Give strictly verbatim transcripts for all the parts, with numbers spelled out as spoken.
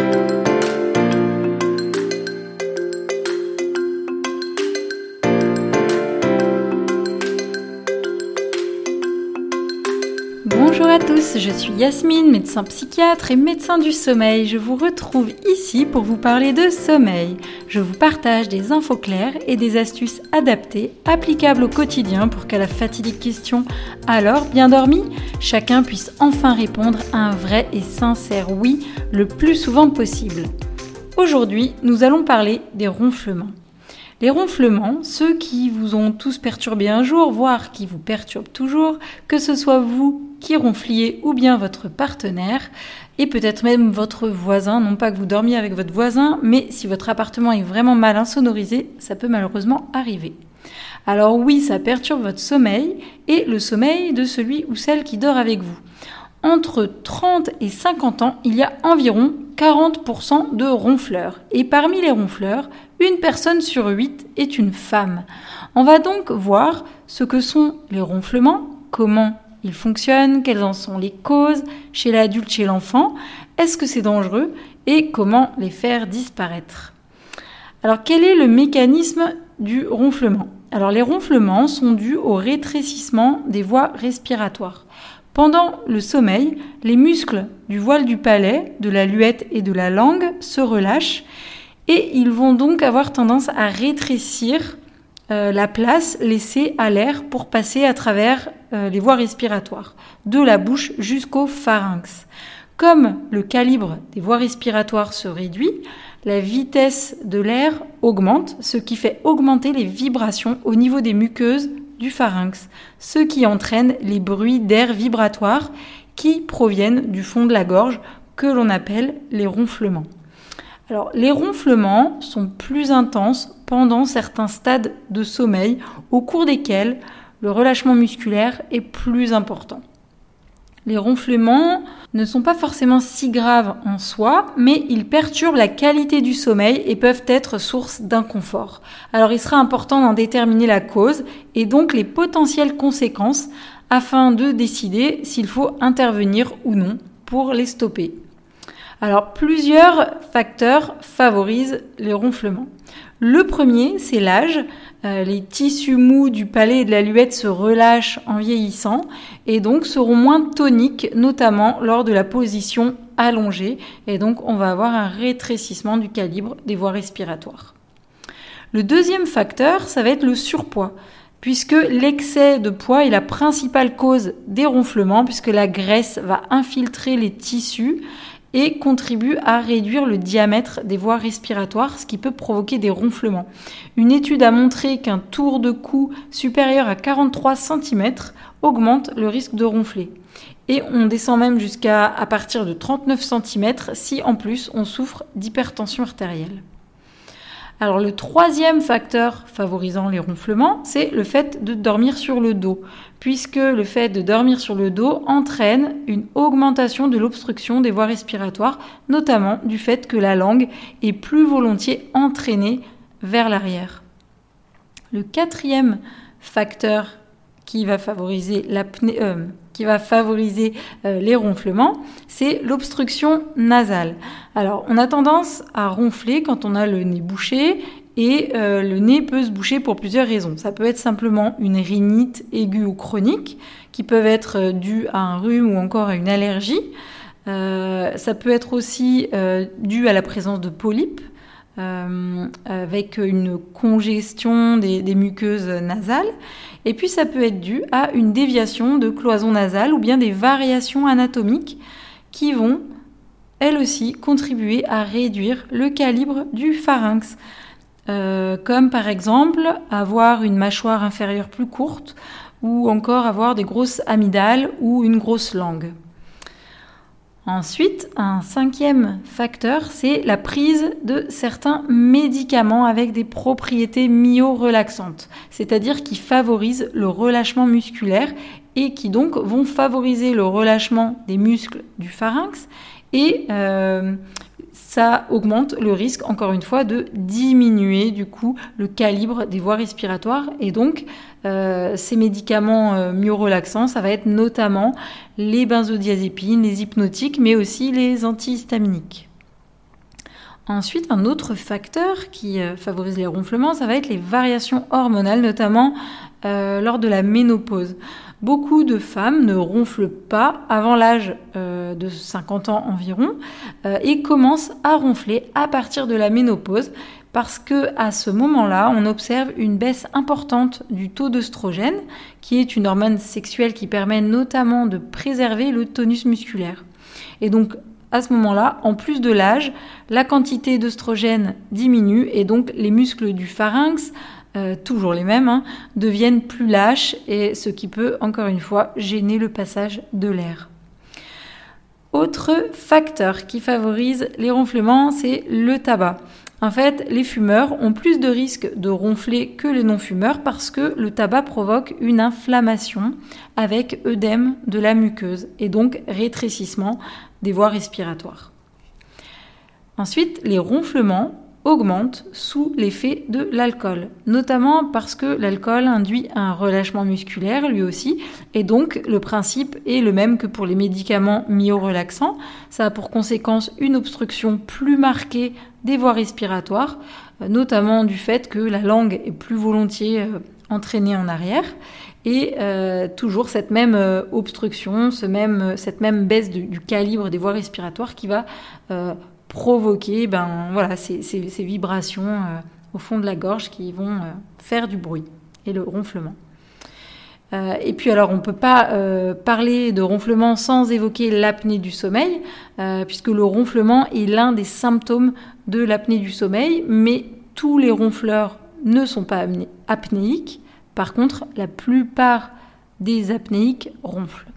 Bonjour à tous, je suis Yasmine, médecin psychiatre et médecin du sommeil. Je vous retrouve ici pour vous parler de sommeil. Je vous partage des infos claires et des astuces adaptées, applicables au quotidien pour qu'à la fatidique question « Alors, bien dormi ?», chacun puisse enfin répondre à un vrai et sincère oui le plus souvent possible. Aujourd'hui, nous allons parler des ronflements. Les ronflements, ceux qui vous ont tous perturbé un jour, voire qui vous perturbent toujours, que ce soit vous qui ronfliez ou bien votre partenaire, et peut-être même votre voisin, non pas que vous dormiez avec votre voisin, mais si votre appartement est vraiment mal insonorisé, ça peut malheureusement arriver. Alors oui, ça perturbe votre sommeil et le sommeil de celui ou celle qui dort avec vous. Entre trente et cinquante ans, il y a environ quarante pour cent de ronfleurs. Et parmi les ronfleurs, une personne sur huit est une femme. On va donc voir ce que sont les ronflements, comment ils fonctionnent, quelles en sont les causes chez l'adulte, chez l'enfant, est-ce que c'est dangereux et comment les faire disparaître. Alors quel est le mécanisme du ronflement ? Alors les ronflements sont dus au rétrécissement des voies respiratoires. Pendant le sommeil, les muscles du voile du palais, de la luette et de la langue se relâchent et ils vont donc avoir tendance à rétrécir euh, la place laissée à l'air pour passer à travers euh, les voies respiratoires, de la bouche jusqu'au pharynx. Comme le calibre des voies respiratoires se réduit, la vitesse de l'air augmente, ce qui fait augmenter les vibrations au niveau des muqueuses du pharynx, ce qui entraîne les bruits d'air vibratoire qui proviennent du fond de la gorge que l'on appelle les ronflements. Alors, les ronflements sont plus intenses pendant certains stades de sommeil au cours desquels le relâchement musculaire est plus important. Les ronflements ne sont pas forcément si graves en soi, mais ils perturbent la qualité du sommeil et peuvent être source d'inconfort. Alors il sera important d'en déterminer la cause et donc les potentielles conséquences afin de décider s'il faut intervenir ou non pour les stopper. Alors plusieurs facteurs favorisent les ronflements. Le premier, c'est l'âge. Euh, les tissus mous du palais et de la luette se relâchent en vieillissant et donc seront moins toniques, notamment lors de la position allongée. Et donc, on va avoir un rétrécissement du calibre des voies respiratoires. Le deuxième facteur, ça va être le surpoids, puisque l'excès de poids est la principale cause des ronflements, puisque la graisse va infiltrer les tissus et contribue à réduire le diamètre des voies respiratoires, ce qui peut provoquer des ronflements. Une étude a montré qu'un tour de cou supérieur à quarante-trois centimètres augmente le risque de ronfler. Et on descend même jusqu'à à partir de trente-neuf centimètres si en plus on souffre d'hypertension artérielle. Alors le troisième facteur favorisant les ronflements, c'est le fait de dormir sur le dos, puisque le fait de dormir sur le dos entraîne une augmentation de l'obstruction des voies respiratoires, notamment du fait que la langue est plus volontiers entraînée vers l'arrière. Le quatrième facteur qui va favoriser l'apnée, euh, qui va favoriser euh, les ronflements, c'est l'obstruction nasale. Alors, on a tendance à ronfler quand on a le nez bouché et euh, le nez peut se boucher pour plusieurs raisons. Ça peut être simplement une rhinite aiguë ou chronique qui peuvent être dues à un rhume ou encore à une allergie. Euh, ça peut être aussi euh, dû à la présence de polypes euh, avec une congestion des, des muqueuses nasales. Et puis ça peut être dû à une déviation de cloison nasale ou bien des variations anatomiques qui vont, elles aussi, contribuer à réduire le calibre du pharynx. Euh, comme par exemple avoir une mâchoire inférieure plus courte ou encore avoir des grosses amygdales ou une grosse langue. Ensuite, un cinquième facteur, c'est la prise de certains médicaments avec des propriétés myorelaxantes, c'est-à-dire qui favorisent le relâchement musculaire et qui donc vont favoriser le relâchement des muscles du pharynx et euh, ça augmente le risque, encore une fois, de diminuer du coup le calibre des voies respiratoires. Et donc, euh, ces médicaments euh, myorelaxants, ça va être notamment les benzodiazépines, les hypnotiques, mais aussi les antihistaminiques. Ensuite, un autre facteur qui euh, favorise les ronflements, ça va être les variations hormonales, notamment euh, lors de la ménopause. Beaucoup de femmes ne ronflent pas avant l'âge euh, de cinquante ans environ euh, et commencent à ronfler à partir de la ménopause parce que à ce moment-là, on observe une baisse importante du taux d'œstrogène, qui est une hormone sexuelle qui permet notamment de préserver le tonus musculaire. Et donc, à ce moment-là, en plus de l'âge, la quantité d'œstrogène diminue et donc les muscles du pharynx, euh, toujours les mêmes, hein, deviennent plus lâches, et ce qui peut, encore une fois, gêner le passage de l'air. Autre facteur qui favorise les ronflements, c'est le tabac. En fait, les fumeurs ont plus de risques de ronfler que les non-fumeurs parce que le tabac provoque une inflammation avec œdème de la muqueuse et donc rétrécissement des voies respiratoires. Ensuite, les ronflements augmentent sous l'effet de l'alcool, notamment parce que l'alcool induit un relâchement musculaire lui aussi, et donc le principe est le même que pour les médicaments myorelaxants. Ça a pour conséquence une obstruction plus marquée des voies respiratoires, notamment du fait que la langue est plus volontiers euh, entraînée en arrière, et euh, toujours cette même euh, obstruction, ce même, cette même baisse du, du calibre des voies respiratoires qui va euh, provoquer ben, voilà, ces, ces, ces vibrations euh, au fond de la gorge qui vont euh, faire du bruit et le ronflement. Euh, et puis alors on ne peut pas euh, parler de ronflement sans évoquer l'apnée du sommeil, euh, puisque le ronflement est l'un des symptômes de l'apnée du sommeil, mais tous les ronfleurs ne sont pas apnéiques. Par contre, la plupart des apnéiques ronflent.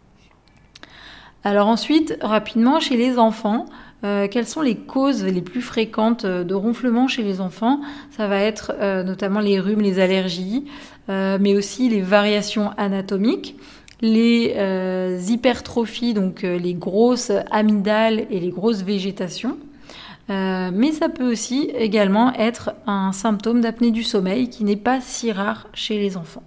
Alors ensuite, rapidement, chez les enfants, Euh, quelles sont les causes les plus fréquentes de ronflement chez les enfants ? Ça va être euh, notamment les rhumes, les allergies, euh, mais aussi les variations anatomiques, les euh, hypertrophies, donc euh, les grosses amygdales et les grosses végétations. Euh, mais ça peut aussi également être un symptôme d'apnée du sommeil qui n'est pas si rare chez les enfants.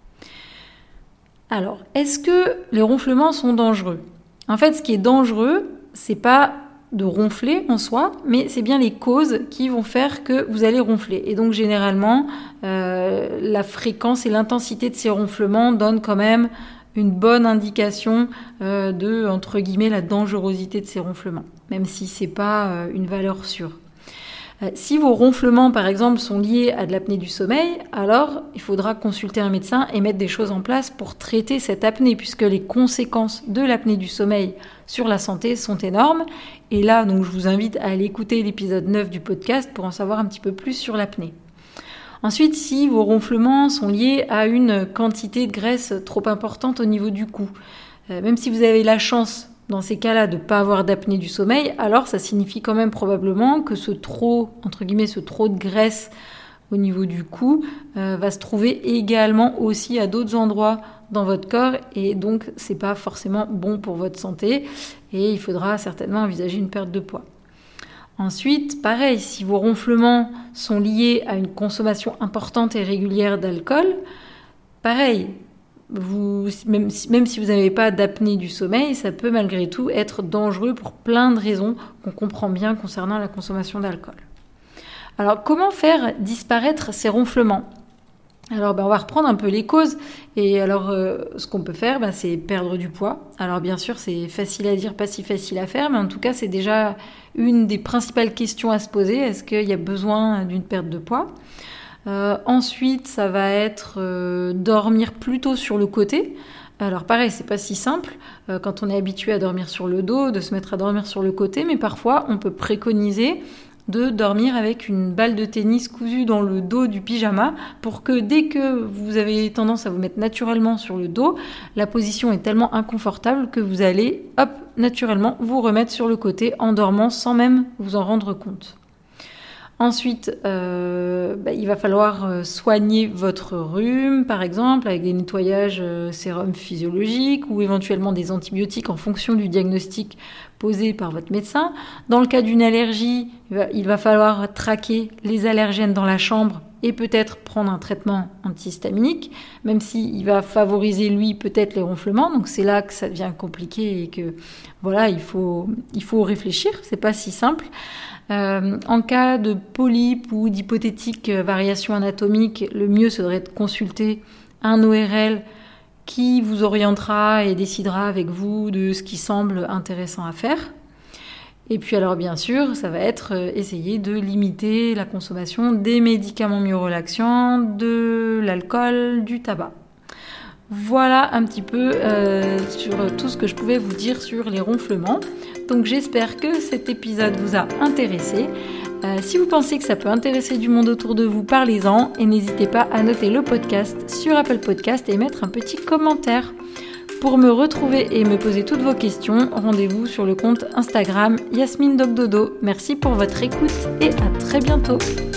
Alors, est-ce que les ronflements sont dangereux ? En fait, ce qui est dangereux, c'est pas de ronfler en soi, mais c'est bien les causes qui vont faire que vous allez ronfler. Et donc généralement, euh, la fréquence et l'intensité de ces ronflements donnent quand même une bonne indication euh, de, entre guillemets, la dangerosité de ces ronflements, même si c'est pas euh, une valeur sûre. Euh, si vos ronflements, par exemple, sont liés à de l'apnée du sommeil, alors il faudra consulter un médecin et mettre des choses en place pour traiter cette apnée, puisque les conséquences de l'apnée du sommeil sur la santé sont énormes. Et là, donc, je vous invite à aller écouter l'épisode neuf du podcast pour en savoir un petit peu plus sur l'apnée. Ensuite, si vos ronflements sont liés à une quantité de graisse trop importante au niveau du cou, euh, même si vous avez la chance dans ces cas-là de ne pas avoir d'apnée du sommeil, alors ça signifie quand même probablement que ce trop, entre guillemets, ce trop de graisse au niveau du cou euh, va se trouver également aussi à d'autres endroits dans votre corps, et donc c'est pas forcément bon pour votre santé et il faudra certainement envisager une perte de poids. Ensuite, pareil, si vos ronflements sont liés à une consommation importante et régulière d'alcool, pareil, vous, même, si, même si vous n'avez pas d'apnée du sommeil, ça peut malgré tout être dangereux pour plein de raisons qu'on comprend bien concernant la consommation d'alcool. Alors, comment faire disparaître ces ronflements ? Alors, ben, on va reprendre un peu les causes. Et alors, euh, ce qu'on peut faire, ben, c'est perdre du poids. Alors, bien sûr, c'est facile à dire, pas si facile à faire, mais en tout cas, c'est déjà une des principales questions à se poser. Est-ce qu'il y a besoin d'une perte de poids ? euh, Ensuite, ça va être euh, dormir plutôt sur le côté. Alors, pareil, c'est pas si simple euh, quand on est habitué à dormir sur le dos, de se mettre à dormir sur le côté, mais parfois, on peut préconiser de dormir avec une balle de tennis cousue dans le dos du pyjama pour que dès que vous avez tendance à vous mettre naturellement sur le dos, la position est tellement inconfortable que vous allez, hop, naturellement vous remettre sur le côté en dormant sans même vous en rendre compte. Ensuite, euh, bah, il va falloir soigner votre rhume, par exemple, avec des nettoyages euh, sérum physiologiques ou éventuellement des antibiotiques en fonction du diagnostic posée par votre médecin. Dans le cas d'une allergie, il va, il va falloir traquer les allergènes dans la chambre et peut-être prendre un traitement antihistaminique, même s'il va favoriser, lui, peut-être les ronflements. Donc c'est là que ça devient compliqué et que, voilà, il faut, il faut réfléchir. C'est pas si simple. Euh, en cas de polype ou d'hypothétique variation anatomique, le mieux serait de consulter un O R L qui vous orientera et décidera avec vous de ce qui semble intéressant à faire. Et puis alors bien sûr, ça va être essayer de limiter la consommation des médicaments myorelaxants, de l'alcool, du tabac. Voilà un petit peu euh, sur tout ce que je pouvais vous dire sur les ronflements. Donc j'espère que cet épisode vous a intéressé. Euh, si vous pensez que ça peut intéresser du monde autour de vous, parlez-en et n'hésitez pas à noter le podcast sur Apple Podcast et mettre un petit commentaire. Pour me retrouver et me poser toutes vos questions, rendez-vous sur le compte Instagram Yasmine Docdodo. Merci pour votre écoute et à très bientôt.